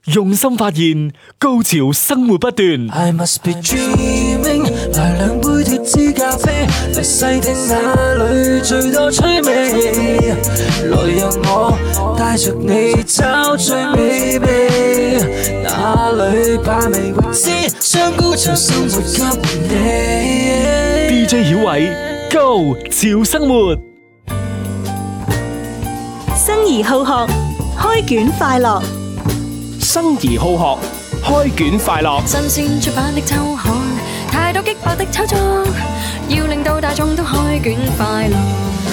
用心發現，高潮生活不斷。 I must be dreaming， 來兩杯脫脂咖啡，嚟細聽哪裏最多趣味，來讓我帶着你找最美味，哪裏把味知，將高潮生活給你。 DJ 曉偉，Go 潮生活， 生而好學，開卷快樂。 生而好學，開卷快樂。 新鮮出版的週刊，太多激爆的炒作，要令到大眾都開卷快樂。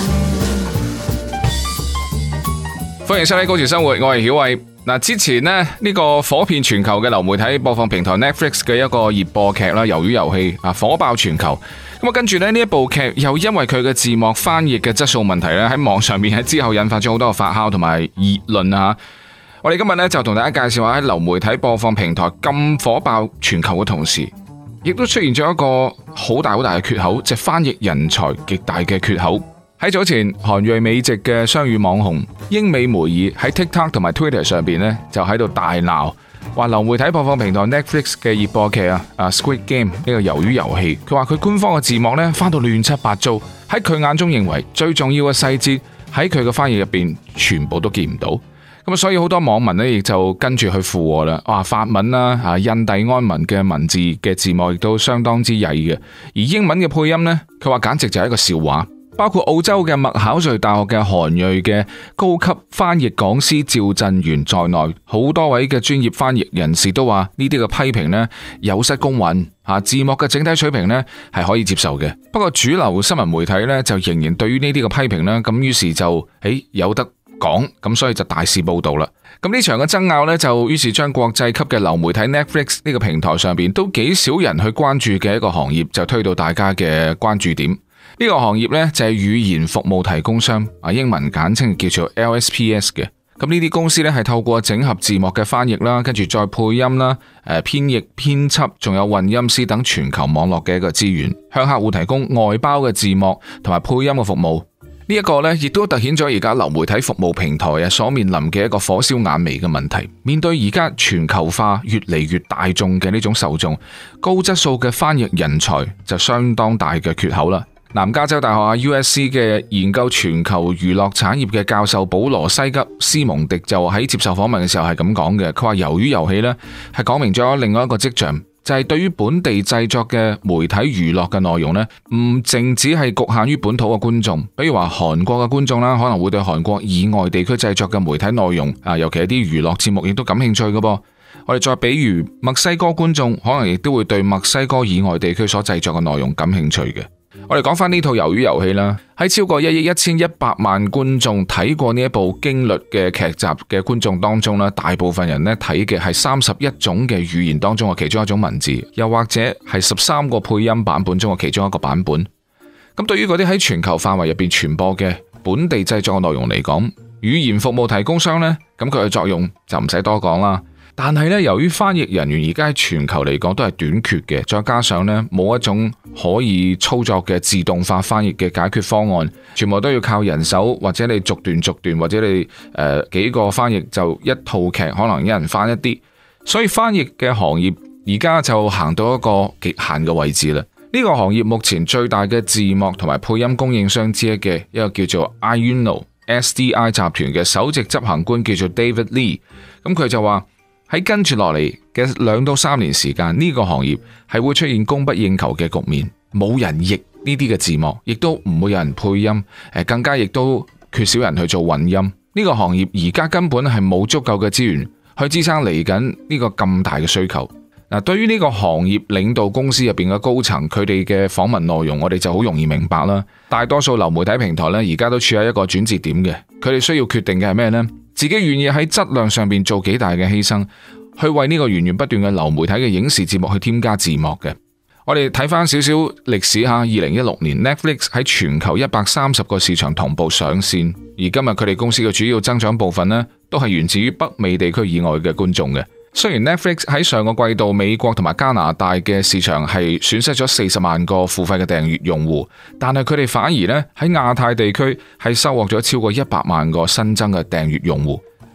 歡迎收睇《高潮生活》，我係曉偉。嗱，之前呢個火遍全球嘅流媒體播放平台 Netflix 嘅一個熱播劇啦，《魷魚遊戲》啊，火爆全球。咁啊，跟住呢一部劇又因為佢嘅字幕翻譯嘅質素問題咧，喺網上面喺之後引發咗好多嘅發酵同埋議論啊。我哋今日咧就同大家介紹下喺流媒體播放平台咁火爆全球嘅同時，亦都出現咗一個好大嘅缺口，即係翻譯人才極大嘅缺口。喺早前，韓裔美籍嘅雙語網紅英美梅爾喺 TikTok 同埋 Twitter 上邊咧就喺度大鬧，話流媒體播放平台 Netflix 嘅熱播劇Squid Game 呢個魷魚遊戲，佢話佢官方嘅字幕咧翻到亂七八糟，喺佢眼中認為最重要嘅細節喺佢嘅翻譯入邊全部都見唔到。咁所以好多網民呢亦就跟住去附和啦。法文啦、印第安文嘅文字嘅字幕亦都相當之曳嘅，而英文嘅配音呢，佢話簡直就係一個笑話。包括澳洲嘅麥考瑞大學嘅韓裔嘅高級翻譯講師趙振元在內，好多位嘅專業翻譯人士都話呢啲嘅批評呢有失公允，字幕嘅整體水平呢係可以接受嘅。不過主流新聞媒體呢就仍然對於呢啲嘅批評呢，咁於是就有得講，咁所以就大肆報道啦。咁呢場嘅爭拗呢，就於是將國際級嘅流媒體 Netflix 呢個平台上邊都幾少人去關注嘅一個行業，就推到大家嘅關注點。呢個行業呢，就係語言服務提供商，英文簡稱叫做 LSPS 嘅。咁呢啲公司呢，係透過整合字幕嘅翻譯啦，跟住再配音啦、編譯、編輯，仲有混音師等全球網絡嘅一個資源，向客戶提供外包嘅字幕同埋配音嘅服務。呢一個呢，亦都凸顯咗而家流媒體服務平台所面臨嘅一個火燒眼眉嘅問題。面對而家全球化越嚟越大眾嘅呢種受眾，高質素嘅翻譯人才就相當大嘅缺口啦。南加州大學USC 嘅研究全球娛樂產業嘅教授保羅西吉斯蒙迪就喺接受訪問嘅時候係咁講嘅，佢話魷魚遊戲呢係講明咗另外一個跡象，就係對於本地製作嘅媒體娛樂嘅內容呢，唔淨只係局限於本土嘅觀眾，比如話韓國嘅觀眾啦，可能會對韓國以外地區製作嘅媒體內容尤其係啲娛樂節目亦都感興趣嘅噃。我哋再比如墨西哥觀眾，可能亦都會對墨西哥以外地區所製作嘅內容感興趣嘅。我哋講翻呢套魷魚遊戲啦，喺超過1億1100萬觀眾睇過呢一部驚慄嘅劇集嘅觀眾當中咧，大部分人咧睇嘅係31種嘅語言當中嘅其中一種文字，又或者係13個配音版本中嘅其中一個版本。咁對於嗰啲喺全球範圍入邊傳播嘅本地製作嘅內容嚟講，語言服務提供商呢，咁佢嘅作用就唔使多講啦。但係咧，由於翻譯人員而家喺全球嚟講都係短缺嘅，再加上咧冇一種可以操作嘅自動化翻譯嘅解決方案，全部都要靠人手，或者你逐段，或者你幾個翻譯就一套劇可能一人翻一啲，所以翻譯嘅行業而家就行到一個極限嘅位置啦。呢個行業目前最大嘅字幕同埋配音供應商之一嘅一個叫做 Iuno SDI 集團嘅首席執行官叫做 David Lee， 咁佢就話，喺跟住落嚟嘅2到3年時間，呢個行業係會出現供不應求嘅局面，冇人譯呢啲嘅字幕，亦都唔會有人配音，更加亦都缺少人去做混音。呢個行業而家根本係冇足夠嘅資源去支撐嚟緊呢個咁大嘅需求。嗱，對於呢個行業領導公司入邊嘅高層，佢哋嘅訪問內容，我哋就好容易明白啦。大多數流媒體平台呢，而家都處喺一個轉折點嘅，佢哋需要決定嘅係咩呢？自己願意喺質量上邊做幾大嘅犧牲，去為呢個源源不斷嘅流媒體嘅影視節目去添加字幕嘅。我哋睇翻少少歷史吓，2016年 Netflix 喺全球130個市場同步上線，而今日佢哋公司嘅主要增長部分呢，都係源自於北美地區以外嘅觀眾嘅。雖然 Netflix 喺上個季度美國同埋加拿大嘅市場係損失咗40萬個付費嘅訂閱用戶，但係佢哋反而呢喺亞太地區係收穫咗超過100萬個新增嘅訂閱用戶。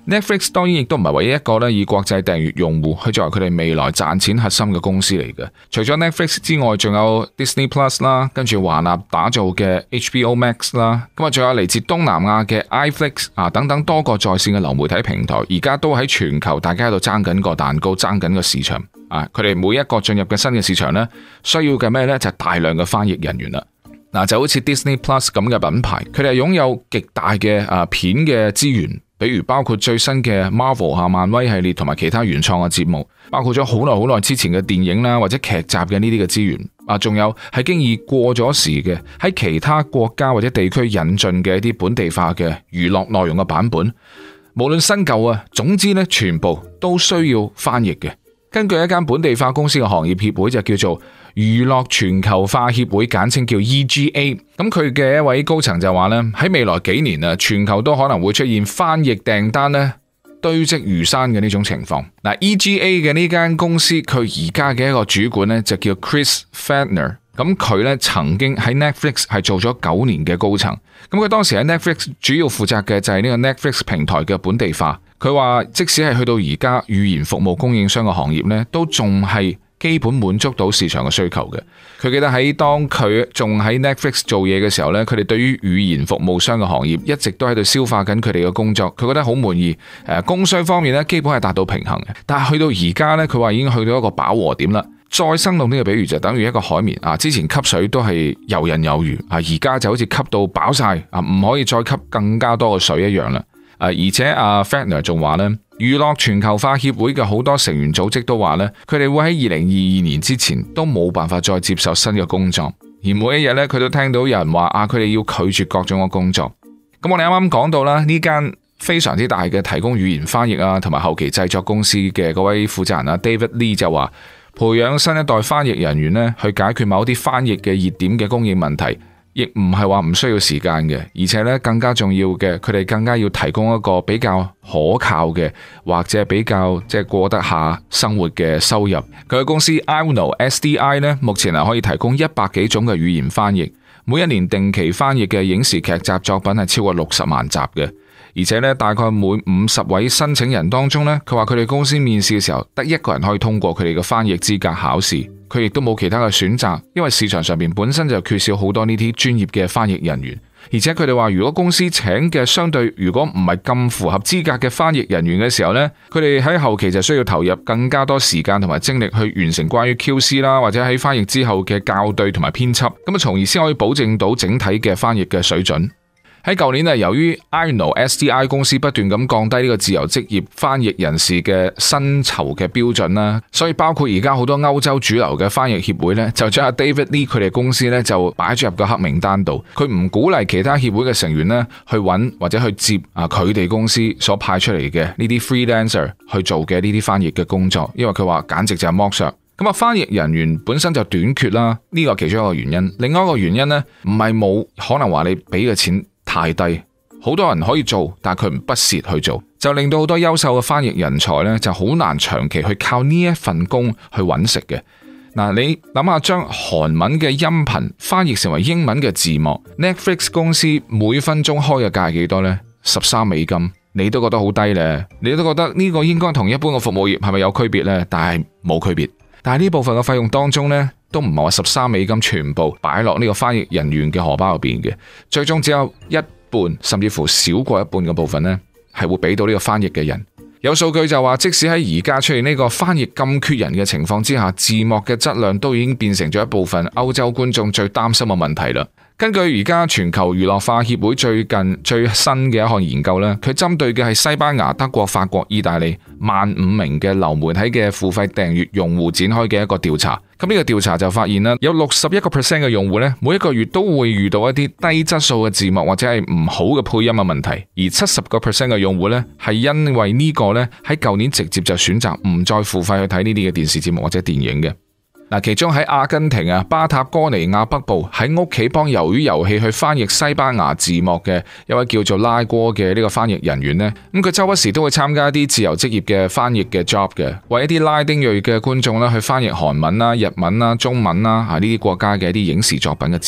Netflix 當然亦都唔係唯一一個咧以國際訂閱用戶去作為佢哋未來賺錢核心嘅公司嚟嘅。除咗 Netflix 之外，仲有 Disney Plus 啦，跟住華納打造嘅 HBO Max 啦，咁啊仲有嚟自東南亞嘅 iFlix 啊等等多個在線嘅流媒體平台，而家都喺全球大家喺度爭緊個蛋糕，爭緊個市場啊！佢哋每一個進入嘅新嘅市場呢，需要嘅咩呢？就係大量嘅翻譯人員啦。嗱，就好似 Disney Plus 咁嘅品牌，佢哋係擁有極大嘅片嘅資源。比如包括最新嘅 Marvel 漫威系列同埋其他原創嘅節目，包括咗好耐之前嘅電影啦或者劇集嘅呢啲嘅資源啊，仲有係經已過咗時嘅喺其他國家或者地區引進嘅一啲本地化嘅娛樂內容嘅版本，無論新舊啊，總之呢，全部都需要翻譯嘅。根據一間本地化公司嘅行業協會就叫做娛樂全球化協會，簡稱叫 EGA。咁佢嘅一位高層就話咧，喺未來幾年啊，全球都可能會出現翻譯訂單咧堆積如山嘅呢種情況。嗱，EGA 嘅呢間公司佢而家嘅一個主管咧就叫 Chris Fedner。咁佢咧曾經喺 Netflix 係做咗9年嘅高層。咁佢當時喺 Netflix 主要負責嘅就係呢個 Netflix 平台嘅本地化。佢話即使係去到而家語言服務供應商嘅行業咧，都仲係基本滿足到市場嘅需求嘅。佢記得喺當佢仲喺 Netflix 做嘢嘅時候咧，佢哋對於語言服務商嘅行業一直都喺度消化緊佢哋嘅工作，佢覺得好滿意。供需方面咧，基本係達到平衡嘅。但係去到而家咧，佢話已經去到一個飽和點啦。再生動呢個比喻就等於一個海綿啊，之前吸水都係游刃有餘啊，而家就好似吸到飽晒啊，唔可以再吸更加多嘅水一樣啦。而且阿 Fedner 仲話咧，娛樂全球化協會嘅好多成員組織都話咧，佢哋會喺2022年之前都冇辦法再接受新嘅工作，而每一日咧佢都聽到有人話啊，佢哋要拒絕各種嘅工作。咁我哋啱啱講到啦，呢間非常之大嘅提供語言翻譯啊同埋後期製作公司嘅嗰位負責人啊 David Lee 就話，培養新一代翻譯人員咧去解決某啲翻譯嘅熱點嘅供應問題，亦唔係話唔需要時間嘅，而且咧更加重要嘅，佢哋更加要提供一個比較可靠嘅或者比較即係過得下生活嘅收入。佢嘅公司 Iono SDI 咧，目前係可以提供100幾種嘅語言翻譯，每一年定期翻譯嘅影視劇集作品係超過60萬集嘅。而且咧，大概每50位申請人當中咧，佢話佢哋公司面試嘅時候，得1個人可以通過佢哋嘅翻譯資格考試，佢亦都冇其他嘅選擇，因為市場上面本身就缺少好多呢啲專業嘅翻譯人員。而且佢哋話，如果公司請嘅相對如果唔係咁符合資格嘅翻譯人員嘅時候呢，佢哋喺後期就需要投入更加多時間同埋精力去完成關於 QC 啦，或者喺翻譯之後嘅校對同埋編輯，咁啊，從而先可以保證到整體嘅翻譯嘅水準。喺舊年啊，由於 Iono SDI 公司不斷咁降低呢個自由職業翻譯人士嘅薪酬嘅標準啦，所以包括而家好多歐洲主流嘅翻譯協會呢，就將阿 David Lee 佢哋公司呢就擺咗入個黑名單度，佢唔鼓勵其他協會嘅成員呢去揾或者去接佢哋公司所派出嚟嘅呢啲 freelancer 去做嘅呢啲翻譯嘅工作，因為佢話簡直就係剝削。咁啊，翻譯人員本身就短缺啦，呢個其中一個原因。另外一個原因呢，唔係冇可能話你俾嘅錢太低，好多人可以做，但係佢唔不屑去做，就令到好多優秀嘅翻譯人才呢就好難長期去靠呢一份工去揾食嘅。嗱，你諗下將韓文嘅音頻翻譯成為英文嘅字幕， Netflix 公司每分鐘開嘅價係幾多呢？13美金，你都覺得好低呢？你都覺得呢個應該同一般嘅服務業係咪有區別呢？但係冇區別。但係呢部分嘅費用當中呢，都唔係話13美金全部擺落呢個翻譯人員嘅荷包入邊嘅，最終只有一半甚至乎少過一半嘅部分呢，係會俾到呢個翻譯嘅人。有數據就話，即使喺而家出現呢個翻譯咁缺人嘅情況之下，字幕嘅質量都已經變成咗一部分歐洲觀眾最擔心嘅問題啦。根據而家全球娛樂化協會最近最新嘅一項研究呢，佢針對嘅係西班牙、德國、法國、意大利15,000名嘅流媒體嘅付費訂閱用戶展開嘅一個調查。咁呢個調查就發現啦，有61% 嘅用戶呢，每一個月都會遇到一啲低質素嘅字幕或者係唔好嘅配音嘅問題，而70% 嘅用戶呢，係因為呢個呢，喺舊年直接就選擇唔再付費去睇呢啲嘅電視節目或者電影嘅。嗱，其中喺阿根廷啊，巴塔哥尼亞北部喺屋企幫魷魚遊戲去翻譯西班牙字幕嘅一位叫做拉哥嘅呢個翻譯人員呢，咁佢周不時都會參加一啲自由職業嘅翻譯嘅 job 嘅，為一啲拉丁裔嘅觀眾啦去翻譯韓文啦、日文啦、中文啦呢啲國家嘅一啲影視作品嘅字幕。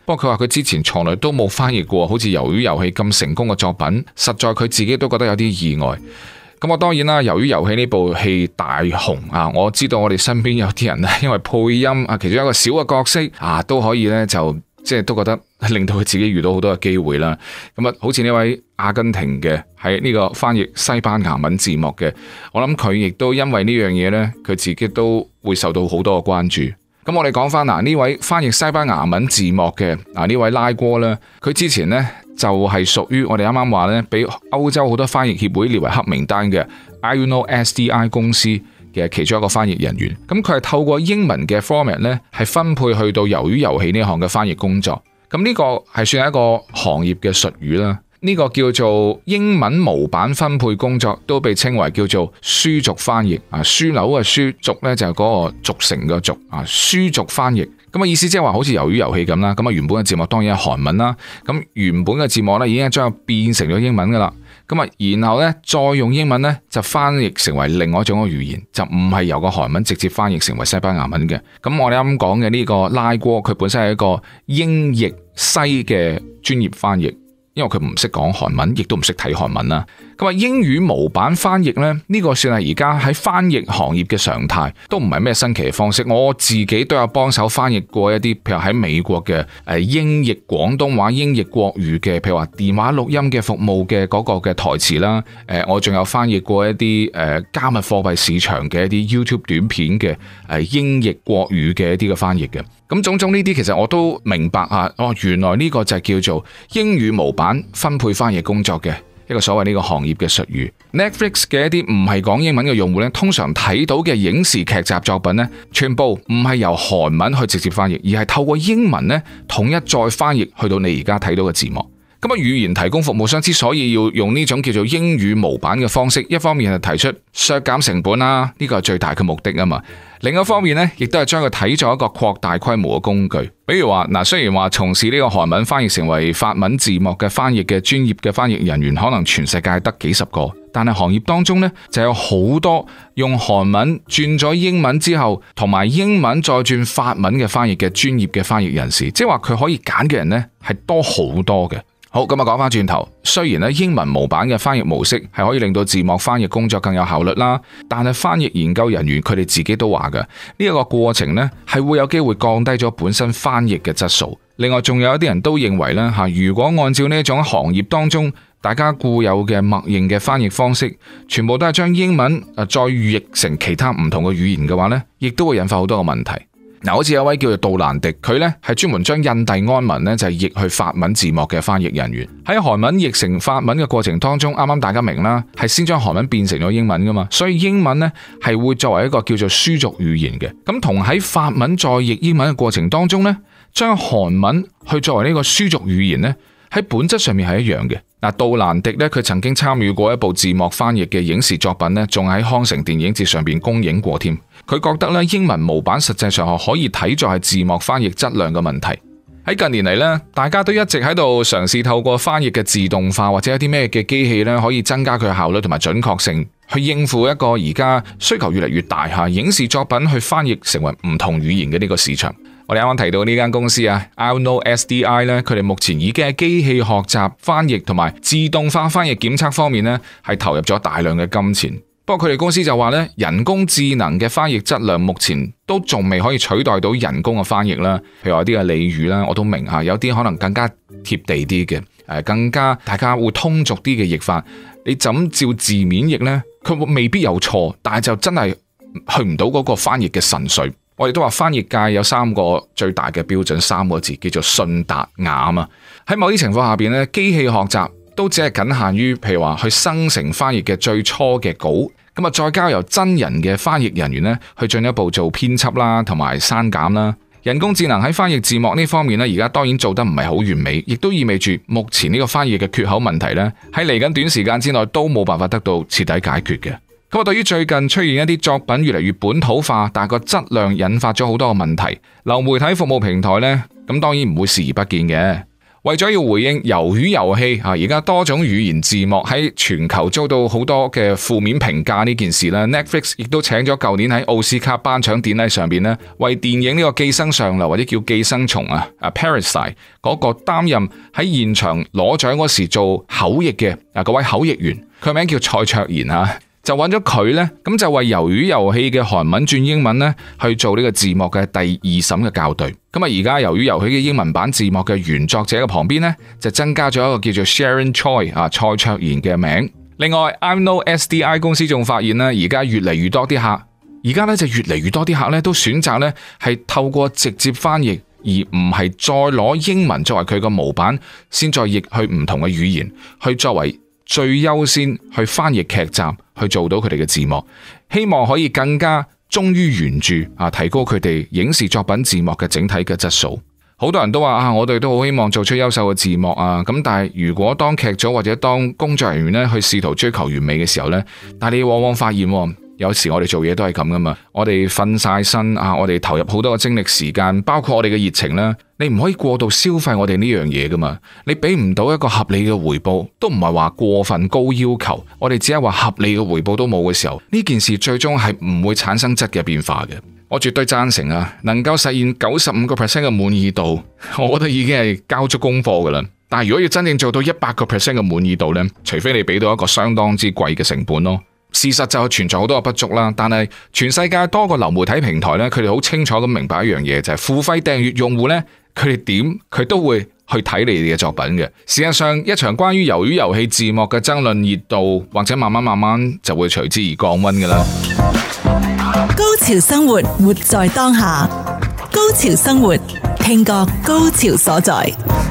不過佢話佢之前從來都冇翻譯過好似魷魚遊戲咁成功嘅作品，實在佢自己都覺得有啲意外。咁我當然啦，魷魚遊戲呢部戲大紅啊，我知道我哋身邊有啲人咧，因為配音啊，其中一個小嘅角色啊，都可以呢，就即係都覺得令到佢自己遇到好多嘅機會啦。咁啊，好似呢位阿根廷嘅喺呢個翻譯西班牙文字幕嘅，我諗佢亦都因為呢樣嘢呢，佢自己都會受到好多嘅關注。咁我哋講翻呢位翻譯西班牙文字幕嘅呢位拉哥呢，佢之前呢，就係屬於我哋啱啱話呢，俾歐洲好多翻譯協會列為黑名單嘅 IUNO-SDI 公司嘅其中一個翻譯人員。咁佢係透過英文嘅 format 呢，係分配去到魷魚遊戲呢項嘅翻譯工作。咁呢個係算係一個行業嘅術語啦。呢個叫做英文模板分配工作，都被稱為叫做書軸翻譯啊。書樓嘅書，軸呢就係嗰個軸承嘅軸啊。書軸翻譯咁嘅意思，即係話好似魷魚遊戲咁啦。咁啊，原本嘅字幕當然係韓文啦。咁原本嘅字幕呢已經將佢變成咗英文噶啦。咁啊，然後呢，再用英文呢就翻譯成為另外一種嘅語言，就唔係由個韓文直接翻譯成為西班牙文嘅。咁我哋啱啱講嘅呢個拉哥，佢本身係一個英譯西嘅專業翻譯。因為佢唔識講韓文，亦都唔識睇韓文啦。咁啊，英語模板翻譯呢，呢個算係而家喺翻譯行業嘅常態，都唔係咩新奇嘅方式。我自己都有幫手翻譯過一啲，譬如喺美國嘅英譯廣東話、英譯國語嘅，譬如話電話錄音嘅服務嘅嗰個嘅台詞啦。我仲有翻譯過一啲加密貨幣市場嘅一啲 YouTube 短片嘅英譯國語嘅一啲嘅翻譯嘅。咁種種呢啲其實我都明白啊。原來呢個就係叫做英語模板分配翻譯工作嘅一個所謂呢個行業嘅術語。Netflix 嘅一啲唔係講英文嘅用戶呢，通常睇到嘅影視劇集作品呢，全部唔係由韓文去直接翻譯，而係透過英文呢統一再翻譯去到你而家睇到嘅字幕。咁啊，語言提供服務商之所以要用呢種叫做英語模板嘅方式，一方面係提出削減成本啦，呢個係最大嘅目的啊嘛。另一方面呢，亦都係將佢睇作一個擴大規模嘅工具。比如話嗱，雖然話從事呢個韓文翻譯成為法文字幕嘅翻譯嘅專業嘅翻譯人員，可能全世界得幾十個，但係行業當中呢，就有好多用韓文轉咗英文之後，同埋英文再轉法文嘅翻譯嘅專業嘅翻譯人士，即係話佢可以揀嘅人呢，係多好多嘅。好，咁啊，講翻轉頭，雖然咧英文模板嘅翻譯模式係可以令到字幕翻譯工作更有效率啦，但係翻譯研究人員佢哋自己都話嘅，呢一個過程呢係會有機會降低咗本身翻譯嘅質素。另外仲有一啲人都認為咧吓，如果按照呢一種行業當中大家固有嘅默認嘅翻譯方式，全部都係將英文再譯成其他唔同嘅語言嘅話呢，亦都會引發好多個問題。嗱，好似有位叫做杜蘭迪，佢呢係專門將印第安文呢就係譯去法文字幕嘅翻譯人員。喺韓文譯成法文嘅過程當中，啱啱大家明啦，係先將韓文變成咗英文噶嘛，所以英文呢係會作為一個叫做書軸語言嘅。咁同喺法文再譯英文嘅過程當中呢，將韓文去作為呢個書軸語言呢，喺本質上面係一樣嘅。嗱，杜蘭迪呢，佢曾經參與過一部字幕翻譯嘅影視作品呢，仲喺康城電影節上邊公映過添。佢覺得咧，英文模板實際上係可以睇作係字幕翻譯質量嘅問題。喺近年嚟咧，大家都一直喺度嘗試透過翻譯嘅自動化或者一啲咩嘅機器咧，可以增加佢嘅效率同埋準確性，去應付一個而家需求越嚟越大下影視作品去翻譯成為唔同語言嘅呢個市場。我哋啱啱提到呢間公司啊 IUNO-SDI 咧，佢哋目前已經喺機器學習、翻譯同埋自動化翻譯檢測方面咧，係投入咗大量嘅金錢。不過佢哋公司就話咧，人工智能嘅翻譯質量目前都仲未可以取代到人工嘅翻譯啦。譬如話啲嘅俚語啦，我都明吓，有啲可能更加貼地啲嘅，更加大家會通俗啲嘅譯法。你就咁照字面譯呢，佢未必有錯，但係就真係去唔到嗰個翻譯嘅神髓。我哋都話翻譯界有3個最大嘅標準，3個字叫做信達雅啊。喺某啲情況下邊咧，機器學習都只係僅限於譬如話去生成翻譯嘅最初嘅稿，咁啊再交由真人嘅翻譯人員咧去進一步做編輯啦，同埋刪減啦。人工智能喺翻譯字幕呢方面咧，而家當然做得唔係好完美，亦都意味住目前呢個翻譯嘅缺口問題咧，喺嚟緊短時間之內都冇辦法得到徹底解決嘅。咁啊，對於最近出現一啲作品越嚟越本土化，但係個質量引發咗好多個問題，流媒體服務平台呢，咁當然唔會視而不見嘅。 為咗要回應魷魚遊戲而家多種語言字幕喺全球遭到好多嘅負面評價呢件事咧 ，Netflix 亦都請咗舊年喺奧斯卡頒獎典禮上邊咧，為電影呢個寄生上流或者叫寄生蟲Parasite 嗰個擔任喺現場攞獎嗰時做口譯嘅嗰位口譯員，佢名叫蔡卓妍就揾咗佢呢，咁就為魷魚遊戲嘅韓文轉英文呢去做呢個字幕嘅第二審嘅校對。咁而家魷魚遊戲嘅英文版字幕嘅原作者嘅旁邊呢，就增加咗一個叫做 Sharon Choi 蔡卓妍嘅名。另外 I Know SDI 公司仲發現呢，而家越嚟越多啲客，而家呢就越嚟越多啲客呢都選擇呢係透過直接翻譯，而唔係再攞英文作為佢個模板，先再譯去唔同嘅語言，去作為最優先去翻譯劇集，去做到佢哋嘅字幕，希望可以更加忠於原著提高佢哋影視作品字幕嘅整體嘅質素。好多人都話我哋都好希望做出優秀嘅字幕咁但係如果當劇組或者當工作人員咧去試圖追求完美嘅時候呢，但係你往往發現有時我哋做嘢都係咁噶嘛，我哋瞓晒身我哋投入好多嘅精力時間，包括我哋嘅熱情啦，你唔可以過度消費我哋呢樣嘢噶嘛，你俾唔到一個合理嘅回報，都唔係話過分高要求，我哋只係話合理嘅回報都冇嘅時候，呢件事最終係唔會產生質嘅變化嘅。我絕對贊成能夠實現95% 嘅滿意度，我覺得已經係交足功課噶啦。但係如果要真正做到100% 嘅滿意度呢，除非你俾到一個相當之貴嘅成本咯。事實就存在好多嘅不足啦，但係全世界多個流媒體平台呢，佢哋好清楚咁明白一樣嘢，就係付費訂閱用戶呢，佢哋點佢都會去睇你哋嘅作品嘅。事實上，一場關於魷魚遊戲字幕嘅爭論熱度，或者慢慢就會隨之而降溫噶啦。 高潮生活，活在當下。高潮生活，聽覺高潮所在。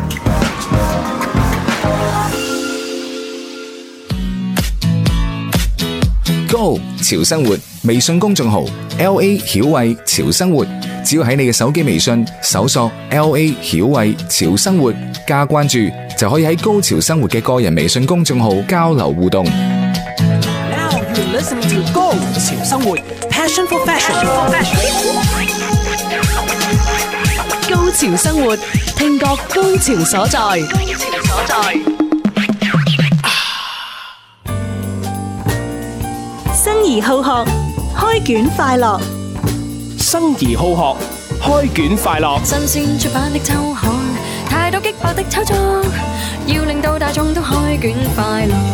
Go 潮生活微信公眾號 LA 曉慧潮生活，只要喺你嘅手機微信搜索 LA 曉慧潮生活加關注，就可以喺高潮生活嘅個人微信公眾號交流互動。 Now you're listening to Go 潮生活 Passion for Fashion。 高潮生活，聽覺高潮所在。生而好學，開卷快樂。 生而好學，開卷快樂。 新鮮出版的週刊，太多激爆的炒作，要令到大眾都開卷快樂。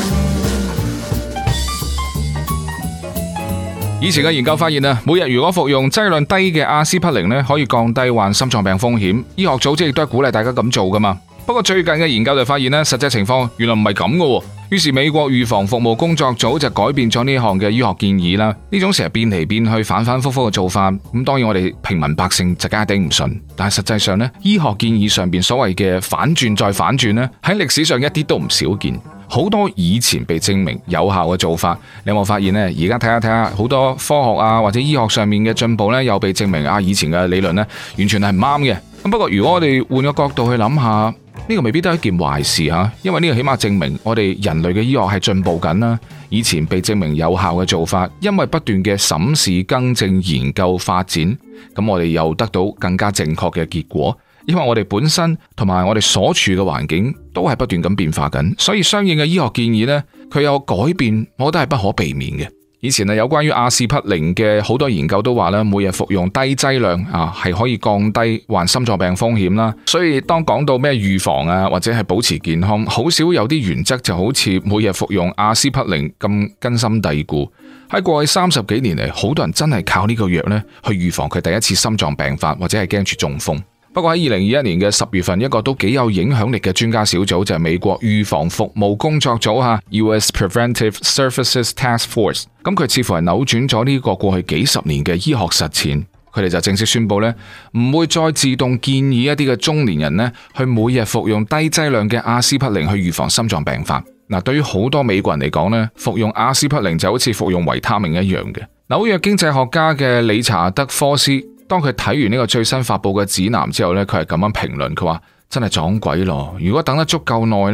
以前嘅研究發現每日如果服用劑量低嘅阿司匹靈咧，可以降低患心臟病風險。醫學組織亦都係鼓勵大家咁做噶嘛。不過最近嘅研究就發現實際情況原來唔係咁嘅。於是美國預防服務工作組就改變咗呢項嘅醫學建議啦。呢種成日變嚟變去、反反复复嘅做法，咁當然我哋平民百姓就梗係頂唔順。但係實際上醫學建議上邊所謂嘅反轉再反轉喺歷史上一啲都唔少見。好多以前被證明有效嘅做法，你有冇發現而家睇下好多科學或者醫學上面嘅進步又被證明以前嘅理論完全係唔啱嘅。咁不過如果我哋換個角度去諗下，呢個未必都係一件壞事因為呢個起碼證明我哋人類嘅醫學係進步緊啦。以前被證明有效嘅做法，因為不斷嘅審視、更正、研究、發展，咁我哋又得到更加正確嘅結果。因為我哋本身同埋我哋所處嘅環境都係不斷咁變化緊，所以相應嘅醫學建議佢有改變，我覺得係不可避免嘅。以前有關於阿司匹靈嘅好多研究都話每日服用低劑量係可以降低患心臟病風險啦。所以當講到咩預防或者係保持健康，好少有啲原則就好似每日服用阿司匹靈咁根深蒂固。喺過去30幾年嚟，好多人真係靠呢個藥去預防佢第一次心臟病發或者係驚住中風。不過喺2021年嘅10月份，一個都幾有影響力嘅專家小組就係美國預防服務工作組US Preventive Services Task Force。咁佢似乎係扭轉咗呢個過去幾十年嘅醫學實踐。佢哋就正式宣布唔會再自動建議一啲嘅中年人去每日服用低劑量嘅阿司匹靈去預防心臟病發。對於好多美國人嚟講服用阿司匹靈就好似服用維他命一樣嘅。紐約經濟學家嘅理查德科斯，當佢睇完呢個最新發佈嘅指南之後佢係咁樣評論，佢話真係撞鬼咯！如果等得足夠耐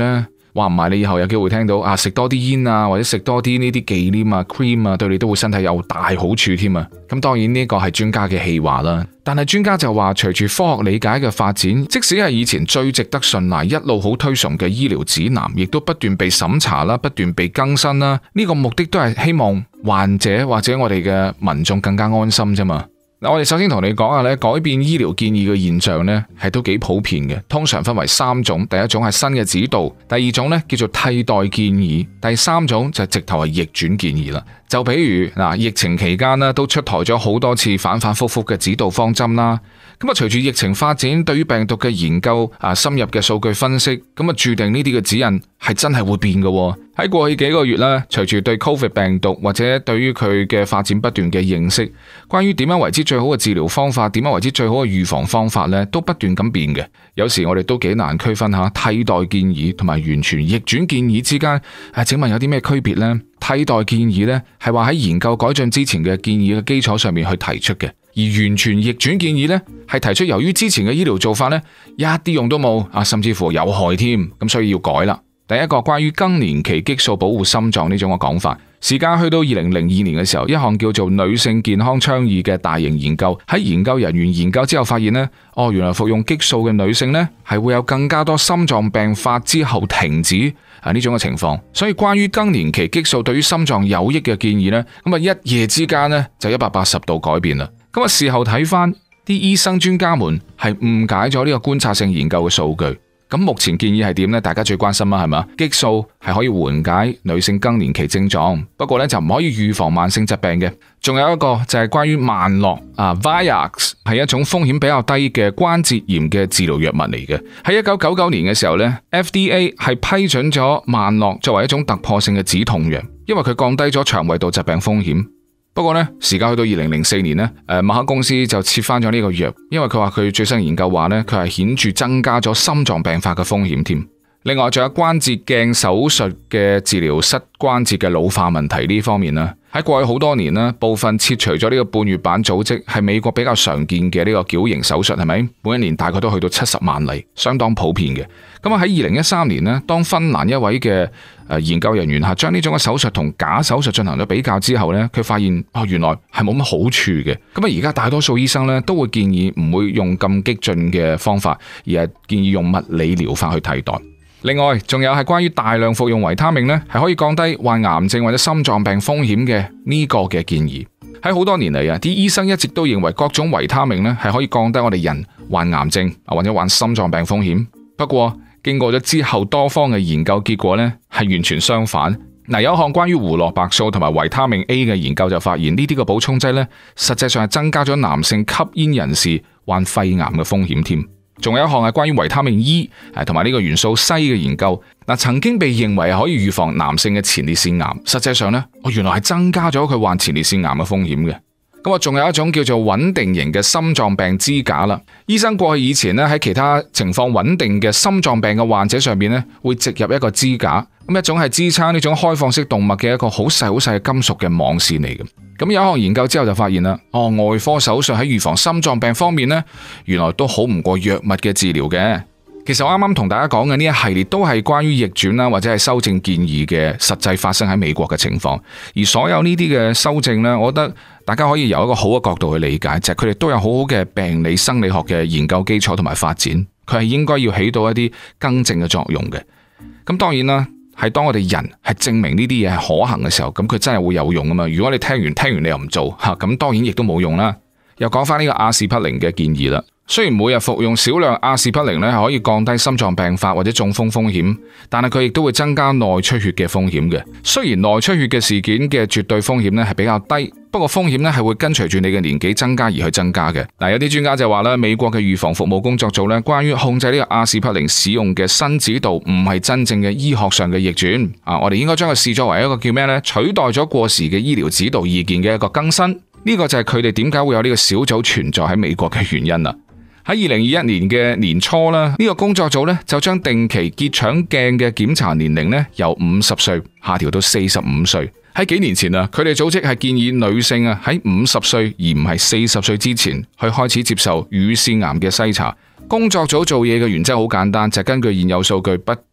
話唔埋你以後有機會聽到啊，食多啲煙啊，或者食多啲呢啲忌廉啊、cream 啊，對你都會身體有大好處添啊。咁當然呢個係專家嘅戲話啦，但係專家就話隨住科學理解嘅發展，即使係以前最值得信賴、一路好推崇嘅醫療指南，亦都不斷被審查啦、不斷被更新啦。呢個目的都係希望患者或者我哋嘅民眾更加安心啫嘛。嗱，我哋首先同你講下咧，改變醫療建議嘅現象咧，係都幾普遍嘅。通常分為3種，第一種係新嘅指導，第二種咧叫做替代建議，第三種就係直頭係逆轉建議啦。就比如嗱，疫情期間咧都出台咗好多次反反复复嘅指導方針啦。咁啊，隨住疫情發展，對於病毒嘅研究深入嘅數據分析，咁啊注定呢啲嘅指引係真係會變嘅。喺過去幾個月咧，隨住對 Covid 病毒或者對於佢嘅發展不斷嘅認識，關於點樣為之最好嘅治療方法，點樣為之最好嘅預防方法咧，都不斷咁變嘅。有時我哋都幾難區分下替代建議同埋完全逆轉建議之間，請問有啲咩區別呢？替代建議呢係話喺研究改進之前嘅建議嘅基礎上面去提出嘅，而完全逆轉建議呢係提出由於之前嘅醫療做法呢一啲用都冇甚至乎有害添，咁所以要改啦。第一個關於更年期激素保護心臟呢種嘅講法，時間去到2002年嘅時候，一項叫做女性健康倡議嘅大型研究，喺研究人員研究之後發現呢，原來服用激素嘅女性呢係會有更加多心臟病發之後停止呢種嘅情況。所以關於更年期激素對於心臟有益嘅建議呢，咁一夜之間呢就180度改變啦。咁事後睇翻啲醫生專家們係誤解咗呢個觀察性研究嘅數據。咁目前建議係點呢？大家最關心啦，係咪？激素係可以緩解女性更年期症狀，不過呢就唔可以預防慢性疾病嘅。仲有一個就係關於曼諾，Vioxx 係一種風險比較低嘅關節炎嘅治療藥物嚟嘅。喺1999年嘅時候呢 FDA 係批准咗曼諾作為一種突破性嘅止痛藥，因為佢降低咗腸胃道疾病風險。不過呢，時間去到2004年呢，默克公司就撤翻咗呢個藥，因為佢話佢最新研究話呢，佢係顯著增加咗心臟病發嘅風險添。另外仲有關節鏡手術嘅治療膝關節嘅老化問題呢方面啦，喺過去好多年啦，部分切除咗呢個半月板組織係美國比較常見嘅呢個矯形手術，係咪？每一年大概都去到70萬例，相當普遍嘅。咁喺2013年呢，當芬蘭一位嘅研究人員將呢種嘅手術同假手術進行咗比較之後呢，佢發現原來係冇乜好處嘅。咁而家大多數醫生呢都會建議唔會用咁激進嘅方法，而係建議用物理療法去替代。另外，仲有係關於大量服用維他命呢，係可以降低患癌症或者心臟病風險嘅呢個嘅建議。喺好多年嚟啲醫生一直都認為各種維他命呢係可以降低我哋人患癌症或者患心臟病風險。不過經過咗之後多方嘅研究結果呢，係完全相反。有一項關於胡蘿蔔素同埋維他命 A 嘅研究就發現呢啲嘅補充劑呢，實際上係增加咗男性吸煙人士患肺癌嘅風險添。仲有一項係關於維他命 E 同埋呢個元素硒嘅研究，曾經被認為可以預防男性嘅前列腺癌，實際上呢，原來係增加咗佢患前列腺癌嘅風險嘅。咁仲有一種叫做穩定型嘅心臟病支架啦。醫生過去以前咧喺其他情況穩定嘅心臟病嘅患者上邊咧，會植入一個支架，咁一種係支撐呢種開放式動脈嘅一個好細好細嘅金屬嘅網線嚟嘅。咁有一項研究之後就發現啦，外科手術喺預防心臟病方面咧，原來都好唔過藥物嘅治療嘅。其實我啱啱同大家講嘅呢一系列都係關於逆轉啦，或者係修正建議嘅實際發生喺美國嘅情況。而所有呢啲嘅修正呢，我覺得大家可以由一個好嘅角度去理解，就係佢哋都有好好嘅病理生理學嘅研究基礎同埋發展，佢係應該要起到一啲更正嘅作用嘅。咁當然啦，係當我哋人係證明呢啲嘢係可行嘅時候，咁佢真係會有用啊嘛。如果你聽完你又唔做吓，咁當然亦都冇用啦。又講翻呢個阿士匹靈嘅建議啦。雖然每日服用少量阿士匹靈係可以降低心臟病發或者中風風險，但係佢亦都會增加內出血嘅風險嘅。雖然內出血嘅事件嘅絕對風險係比較低，不過風險係會跟隨住你嘅年紀增加而去增加嘅。有啲專家就話美國嘅預防服務工作組關於控制呢個阿士匹靈使用嘅新指導唔係真正嘅醫學上嘅逆轉，我哋應該將佢視作為一個叫咩呢？取代咗過時嘅醫療指導意見嘅一個更新。呢個就係佢哋點解會有呢個小組存在喺美國嘅原因啦。喺2021年嘅年初啦，呢個工作組就將定期結腸鏡嘅檢查年齡由50歲下調到45歲。喺幾年前佢哋組織係建議女性喺50歲而唔係40歲之前去開始接受乳腺癌嘅篩查。工作組做嘢嘅原則好簡單，就係根據現有數據不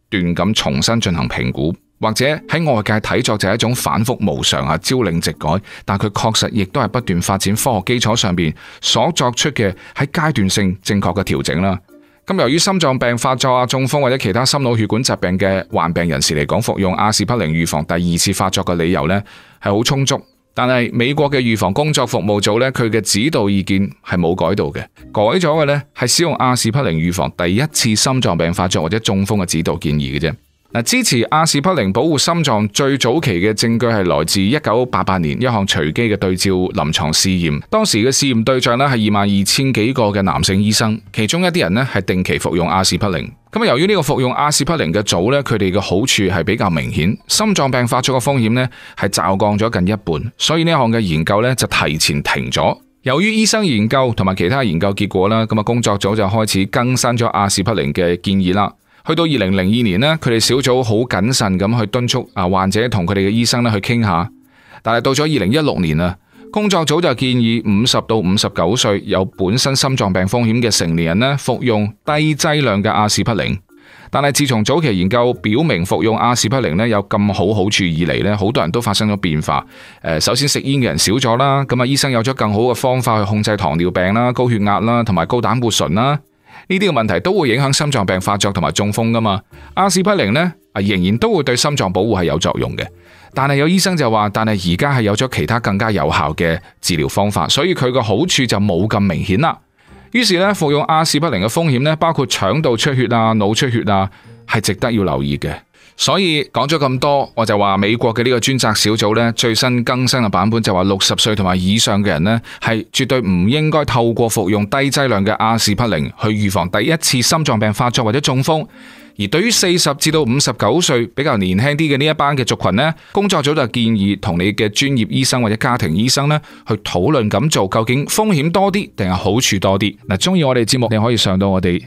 斷咁重新進行評估，或者喺外界睇作就係一種反覆無常啊，朝令夕改，但佢確實亦都係不斷發展科學基礎上邊所作出嘅喺階段性正確嘅調整啦。咁由於心臟病發作啊、中風或者其他心腦血管疾病嘅患病人士嚟講，服用阿士匹靈預防第二次發作嘅理由呢係好充足。但係美國嘅預防工作服務組呢，佢嘅指導意見係冇改到嘅，改咗嘅呢係使用阿士匹靈預防第一次心臟病發作或者中風嘅指導建議嘅啫。支持阿士匹靈保護心臟最早期嘅證據係來自1988年一項隨機嘅對照臨床試驗，當時嘅試驗對象呢係22,000幾個嘅男性醫生，其中一啲人呢係定期服用阿士匹靈。咁由於呢個服用阿士匹靈嘅組呢，佢哋嘅好處係比較明顯，心臟病發作嘅風險呢係驟降咗近一半，所以呢項嘅研究呢就提前停咗。由於醫生研究同埋其他研究結果啦，咁工作組就開始更新咗阿士匹靈嘅建議啦。去到2002年呢，佢哋小組好謹慎咁去敦促患者同佢哋嘅醫生去傾下，但係到咗2016年啊，工作組就建議50到59歲有本身心臟病風險嘅成年人呢服用低劑量嘅阿士匹靈。但係自從早期研究表明服用阿士匹靈呢有咁好處以嚟呢，好多人都發生咗變化。首先食煙嘅人少咗啦，咁醫生有咗更好嘅方法去控制糖尿病啦、高血壓啦同埋高膽固醇啦。呢啲嘅問題都會影響心臟病發作同埋中風噶嘛。阿士匹靈呢仍然都會對心臟保護係有作用嘅，但係有醫生就話，但係而家係有咗其他更加有效嘅治療方法，所以佢個好處就冇咁明顯啦。於是呢，服用阿士匹靈嘅風險呢，包括腸道出血啊、腦出血啊，係值得要留意嘅。所以講咗咁多，我就話美國嘅呢個專責小組呢，最新更新嘅版本就話60歲同埋以上嘅人呢，係絕對唔應該透過服用低劑量嘅阿士匹靈去預防第一次心臟病發作或者中風。而對於40至到59歲比較年輕啲嘅呢一班嘅族群呢，工作組就建議同你嘅專業醫生或者家庭醫生呢去討論咁做，究竟風險多啲定係好處多啲。嗱，中意我哋節目，你可以上到我哋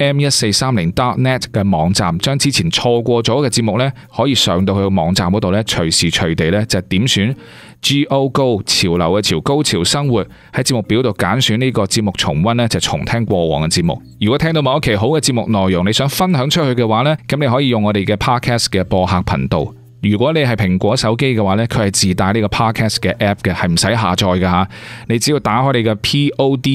am1430.net 嘅網站，將之前錯過咗嘅節目呢，可以上到去個網站嗰度呢，隨時隨地呢就點選Go Go 潮流嘅潮，高潮生活，喺節目表度揀選呢個節目重溫呢，就重聽過往嘅節目。如果聽到某一期好嘅節目內容，你想分享出去嘅話呢，咁你可以用我哋嘅 Podcast 嘅播客頻道。如果你係蘋果手機嘅話呢，佢係自帶呢個 Podcast 嘅 App 嘅，係唔使下載嘅吓。你只要打開你嘅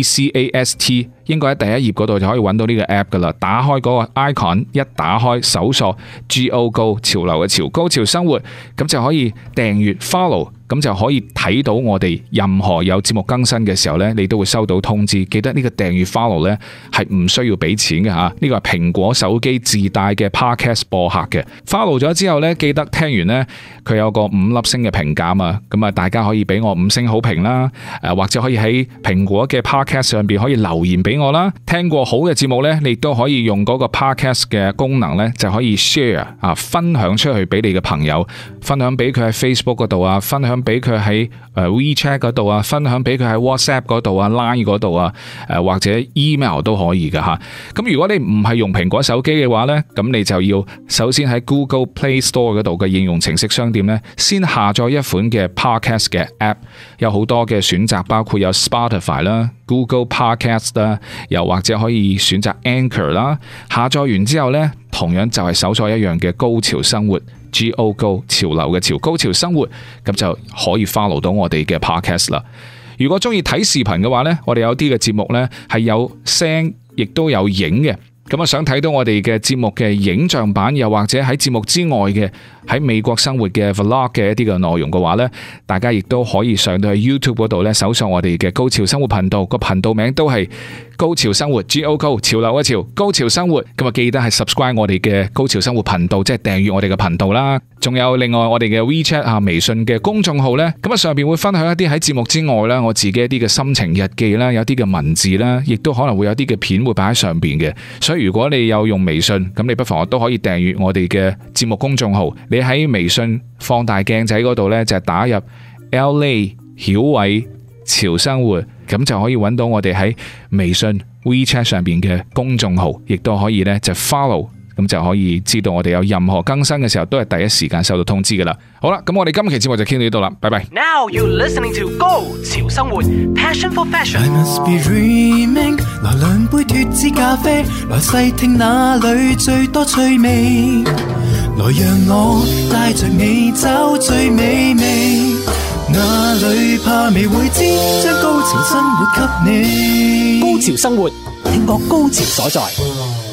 Podcast， 應該喺第一頁嗰度就可以揾到呢個 App 噶啦。打開嗰個 icon， 一打開搜索 Go Go 潮流嘅潮，高潮生活，咁就可以訂閱 follow。咁就可以睇到我哋任何有節目更新嘅時候呢，你都會收到通知。記得呢個訂閱 follow 呢係唔需要俾錢嘅吓，呢個係蘋果手機自帶嘅 podcast 播客嘅。follow 咗之後呢，記得聽完呢，佢有個5粒星嘅評價啊，咁啊大家可以俾我5星好評啦，或者可以喺蘋果嘅 podcast 上邊可以留言俾我啦。聽過好嘅節目呢，你都可以用嗰個 podcast 嘅功能呢，就可以 share 分享出去俾你嘅朋友，分享俾佢喺 Facebook 嗰度啊，分享俾佢喺WeChat 嗰度啊，分享俾佢喺 WhatsApp 嗰度啊、Line 嗰度啊，或者 email 都可以噶吓。咁如果你唔係用蘋果手機嘅話呢，咁你就要首先喺 Google Play Store 嗰度嘅應用程式商店呢，先下載一款嘅 Podcast 嘅 App， 有好多嘅選擇，包括有 Spotify 啦、Google Podcast 啦，又或者可以選擇 Anchor 啦。下載完之後呢，同樣就係搜索一樣嘅高潮生活。Go Go 潮流嘅潮，高潮生活，咁就可以 follow 到我哋嘅 podcast 啦。如果中意睇視頻嘅話呢，我哋有啲嘅節目呢係有聲，亦都有影嘅。咁想睇到我哋嘅節目嘅影像版，又或者喺節目之外嘅喺美國生活嘅 vlog 嘅一啲嘅內容嘅話呢，大家亦都可以上到去 YouTube 嗰度呢，搜索我哋嘅高潮生活頻道，個頻道名都係高潮生活 Go Go 潮流嘅潮，高潮生活。咁啊記得係 subscribe 我哋嘅高潮生活頻道，即係訂閱我哋嘅頻道啦。仲有另外我哋嘅 WeChat 微信嘅公眾號呢，咁上邊會分享一啲喺節目之外啦，我自己一啲嘅心情日記啦，有啲嘅文字啦，亦都可能會有啲嘅片會擺喺上邊嘅。所以如果你有用微信，咁你不妨都可以訂閱我哋嘅節目公眾號。你喺微信放大鏡仔嗰度呢，就打入 LA 曉偉潮生活，咁就可以揾到我哋喺微信 WeChat 上邊嘅公眾號，亦都可以呢就 follow 咁就可以知道我哋有任何更新嘅時候都係第一時間收到通知噶啦。好啦，咁我哋今期節目就傾到呢度啦，拜拜。 Now you listening to 高潮生活 Passion for Fashion。 I must be dreaming， 來兩杯脫脂咖啡，來細聽哪裏最多趣味，來讓我帶着你找最美味，哪裏怕未會知，將高潮生活給你。 高潮生活，聽覺高潮所在。